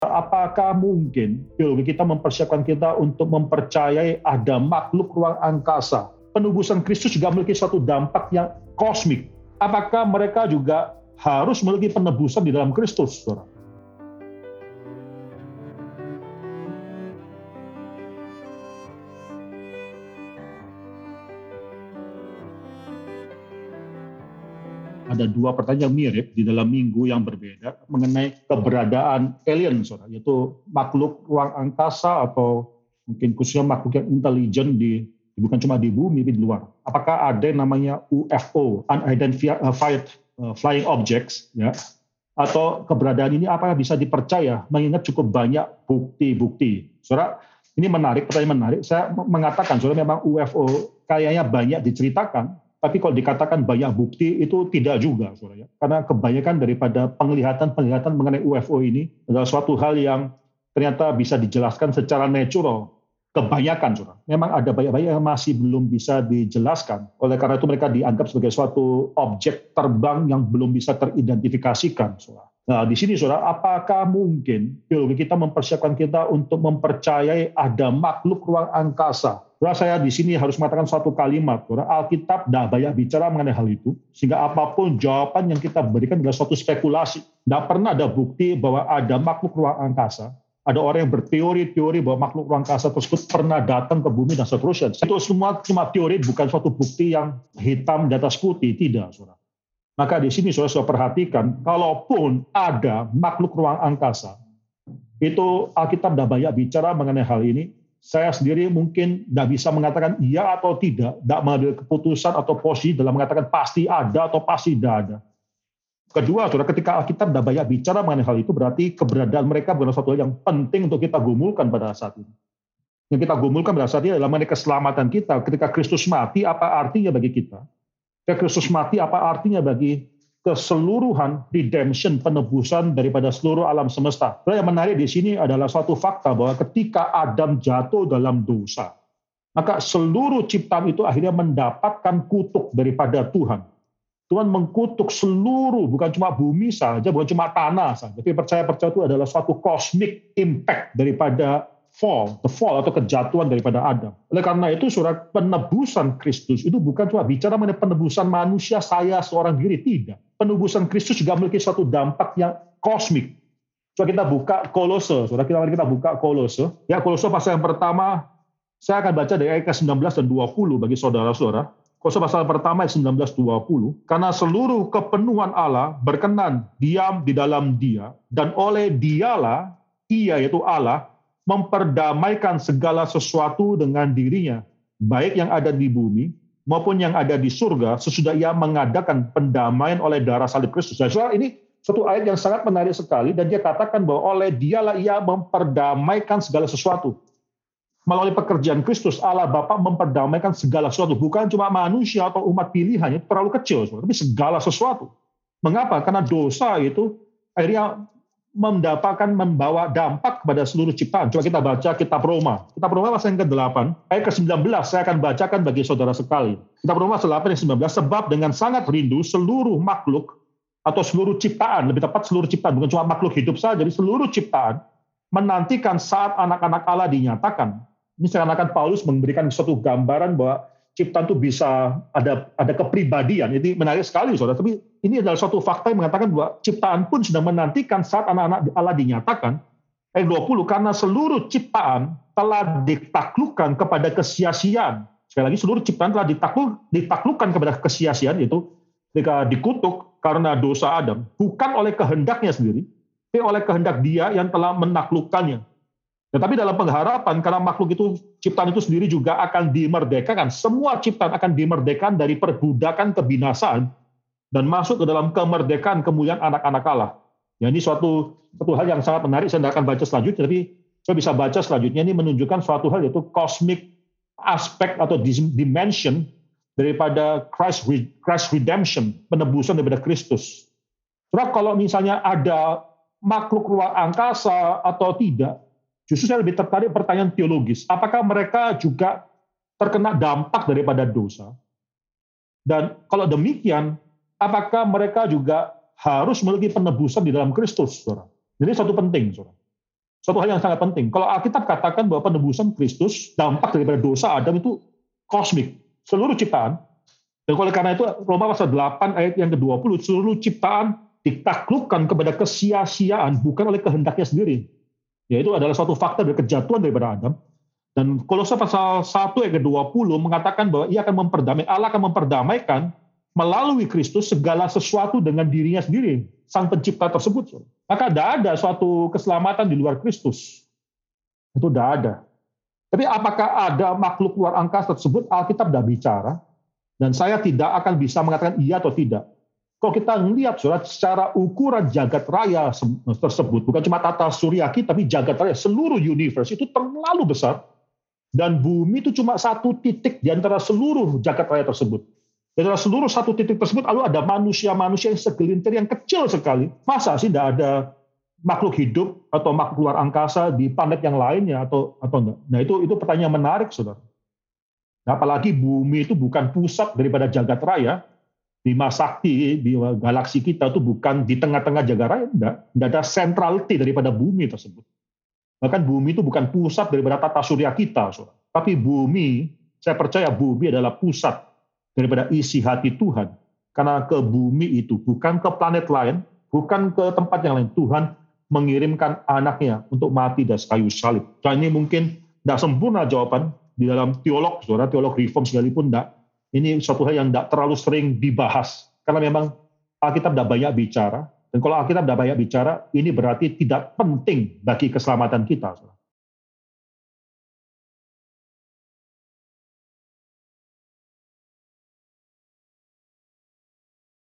Apakah mungkin teologi kita mempersiapkan kita untuk mempercayai ada makhluk ruang angkasa? Penebusan Kristus juga memiliki suatu dampak yang kosmik. Apakah mereka juga harus memiliki penebusan di dalam Kristus, saudara? Ada dua pertanyaan yang mirip di dalam minggu yang berbeda mengenai keberadaan alien, saudara, yaitu makhluk ruang angkasa atau mungkin khususnya makhluk yang intelijen bukan cuma di bumi, tapi di luar. Apakah ada yang namanya UFO, Unidentified Flying Objects, ya? Atau keberadaan ini apakah bisa dipercaya mengingat cukup banyak bukti-bukti? Saudara, ini menarik, pertanyaan menarik. Saya mengatakan, saudara, memang UFO kayaknya banyak diceritakan, tapi kalau dikatakan banyak bukti itu tidak juga, saudara, ya. Karena kebanyakan daripada penglihatan mengenai UFO ini adalah suatu hal yang ternyata bisa dijelaskan secara natural. Kebanyakan, saudara. Memang ada banyak yang masih belum bisa dijelaskan. Oleh karena itu mereka dianggap sebagai suatu objek terbang yang belum bisa teridentifikasikan, saudara. Nah, di sini, saudara, apakah mungkin teologi kita mempersiapkan kita untuk mempercayai ada makhluk ruang angkasa? Saudara, saya di sini harus mengatakan suatu kalimat, saudara. Alkitab dah banyak bicara mengenai hal itu, sehingga apapun jawaban yang kita berikan adalah suatu spekulasi. Tidak pernah ada bukti bahwa ada makhluk ruang angkasa. Ada orang yang berteori-teori bahwa makhluk ruang angkasa tersebut pernah datang ke bumi dan seterusnya. Itu semua cuma teori, bukan suatu bukti yang hitam di atas putih, tidak, saudara. Maka di sini saudara perhatikan, kalaupun ada makhluk ruang angkasa, itu Alkitab sudah banyak bicara mengenai hal ini. Saya sendiri mungkin tidak bisa mengatakan iya atau tidak mengambil keputusan atau posisi dalam mengatakan pasti ada atau pasti tidak ada. Kedua, saudara, ketika Alkitab sudah banyak bicara mengenai hal itu, berarti keberadaan mereka bukan suatu hal yang penting untuk kita gumulkan pada saat ini. Yang kita gumulkan pada saat ini adalah mengenai keselamatan kita. Ketika Kristus mati, apa artinya bagi kita? Ketika Kristus mati, apa artinya bagi keseluruhan redemption, penebusan daripada seluruh alam semesta? Yang menarik di sini adalah suatu fakta bahwa ketika Adam jatuh dalam dosa, maka seluruh ciptaan itu akhirnya mendapatkan kutuk daripada Tuhan. Tuhan mengkutuk seluruh, bukan cuma bumi saja, bukan cuma tanah saja, tapi percaya itu adalah suatu cosmic impact daripada the fall atau kejatuhan daripada Adam. Oleh karena itu, saudara, penebusan Kristus itu bukan cuma bicara mengenai penebusan manusia saya seorang diri, tidak. Penebusan Kristus juga memiliki suatu dampak yang kosmik. Coba kita buka Kolose, saudara, kita buka Kolose. Ya, Kolose pasal yang pertama, saya akan baca dari ayat 19 dan 20 bagi saudara-saudara. Kolose pasal pertama ayat 19-20, karena seluruh kepenuhan Allah berkenan diam di dalam Dia, dan oleh Dialah, Ia yaitu Allah, memperdamaikan segala sesuatu dengan dirinya, baik yang ada di bumi maupun yang ada di surga, sesudah Ia mengadakan pendamaian oleh darah salib Kristus. Jadi ini suatu ayat yang sangat menarik sekali, dan dia katakan bahwa oleh Dialah Ia memperdamaikan segala sesuatu. Melalui pekerjaan Kristus, Allah Bapa memperdamaikan segala sesuatu. Bukan cuma manusia atau umat pilihannya, itu terlalu kecil, tapi segala sesuatu. Mengapa? Karena dosa itu akhirnya membawa dampak kepada seluruh ciptaan. Coba kita baca kitab Roma. Kitab Roma pasal yang ke-8, ayat ke-19, saya akan bacakan bagi saudara sekali. Kitab Roma pasal 8 ayat 19, sebab dengan sangat rindu seluruh makhluk, atau seluruh ciptaan, lebih tepat seluruh ciptaan, bukan cuma makhluk hidup saja, jadi seluruh ciptaan, menantikan saat anak-anak Allah dinyatakan. Ini seakan-akan Paulus memberikan suatu gambaran bahwa ciptaan itu bisa ada kepribadian. Ini menarik sekali, saudara. Tapi ini adalah suatu fakta yang mengatakan bahwa ciptaan pun sedang menantikan saat anak-anak Allah dinyatakan. Ayat 20, karena seluruh ciptaan telah ditaklukkan kepada kesia-siaan. Sekali lagi, seluruh ciptaan telah ditaklukkan kepada kesia-siaan, yaitu ketika dikutuk karena dosa Adam. Bukan oleh kehendaknya sendiri, tapi oleh kehendak Dia yang telah menaklukkannya. Tetapi dalam pengharapan, karena makhluk itu, ciptaan itu sendiri juga akan dimerdekakan. Semua ciptaan akan dimerdekakan dari perbudakan kebinasaan dan masuk ke dalam kemerdekaan kemuliaan anak-anak Allah. Ya, ini suatu hal yang sangat menarik. Saya tidak akan baca selanjutnya, tapi saya bisa baca selanjutnya. Ini menunjukkan suatu hal, yaitu cosmic aspek atau dimension daripada Christ redemption, penebusan daripada Kristus. Sebab kalau misalnya ada makhluk ruang angkasa atau tidak, justru saya lebih tertarik pertanyaan teologis. Apakah mereka juga terkena dampak daripada dosa? Dan kalau demikian, apakah mereka juga harus memiliki penebusan di dalam Kristus, saudara? Jadi satu penting, saudara. Suatu hal yang sangat penting. Kalau Alkitab katakan bahwa penebusan Kristus, dampak daripada dosa Adam itu kosmik, seluruh ciptaan. Dan oleh karena itu Roma pasal 8 ayat yang ke-20, seluruh ciptaan ditaklukkan kepada kesia-siaan bukan oleh kehendaknya sendiri. Yaitu adalah suatu fakta dari kejatuhan daripada Adam. Dan Kolose pasal 1 ayat ke-20 mengatakan bahwa Allah akan memperdamaikan melalui Kristus segala sesuatu dengan dirinya sendiri, sang pencipta tersebut. Maka tidak ada suatu keselamatan di luar Kristus. Itu tidak ada. Tapi apakah ada makhluk luar angkasa tersebut? Alkitab tidak bicara. Dan saya tidak akan bisa mengatakan iya atau tidak. Kalau kita melihat secara ukuran jagat raya tersebut, bukan cuma tata suryaki, tapi jagat raya, seluruh universe itu terlalu besar. Dan bumi itu cuma satu titik di antara seluruh jagat raya tersebut. Di antara seluruh satu titik tersebut, lalu ada manusia-manusia yang segelintir yang kecil sekali. Masa sih tidak ada makhluk hidup atau makhluk luar angkasa di planet yang lainnya atau enggak? Nah itu pertanyaan menarik, saudara. Nah, apalagi bumi itu bukan pusat daripada jagat raya. Bima Sakti, di galaksi kita itu bukan di tengah-tengah jagat raya, enggak ada centrality daripada bumi tersebut. Bahkan bumi itu bukan pusat daripada tata surya kita, saudara. Tapi bumi, saya percaya bumi adalah pusat daripada isi hati Tuhan. Karena ke bumi itu, bukan ke planet lain, bukan ke tempat yang lain. Tuhan mengirimkan anaknya untuk mati di kayu salib. Dan ini mungkin tidak sempurna jawaban di dalam teolog, saudara, teolog reform sekalipun tidak. Ini suatu hal yang tidak terlalu sering dibahas. Karena memang Alkitab tidak banyak bicara. Dan kalau Alkitab tidak banyak bicara, ini berarti tidak penting bagi keselamatan kita.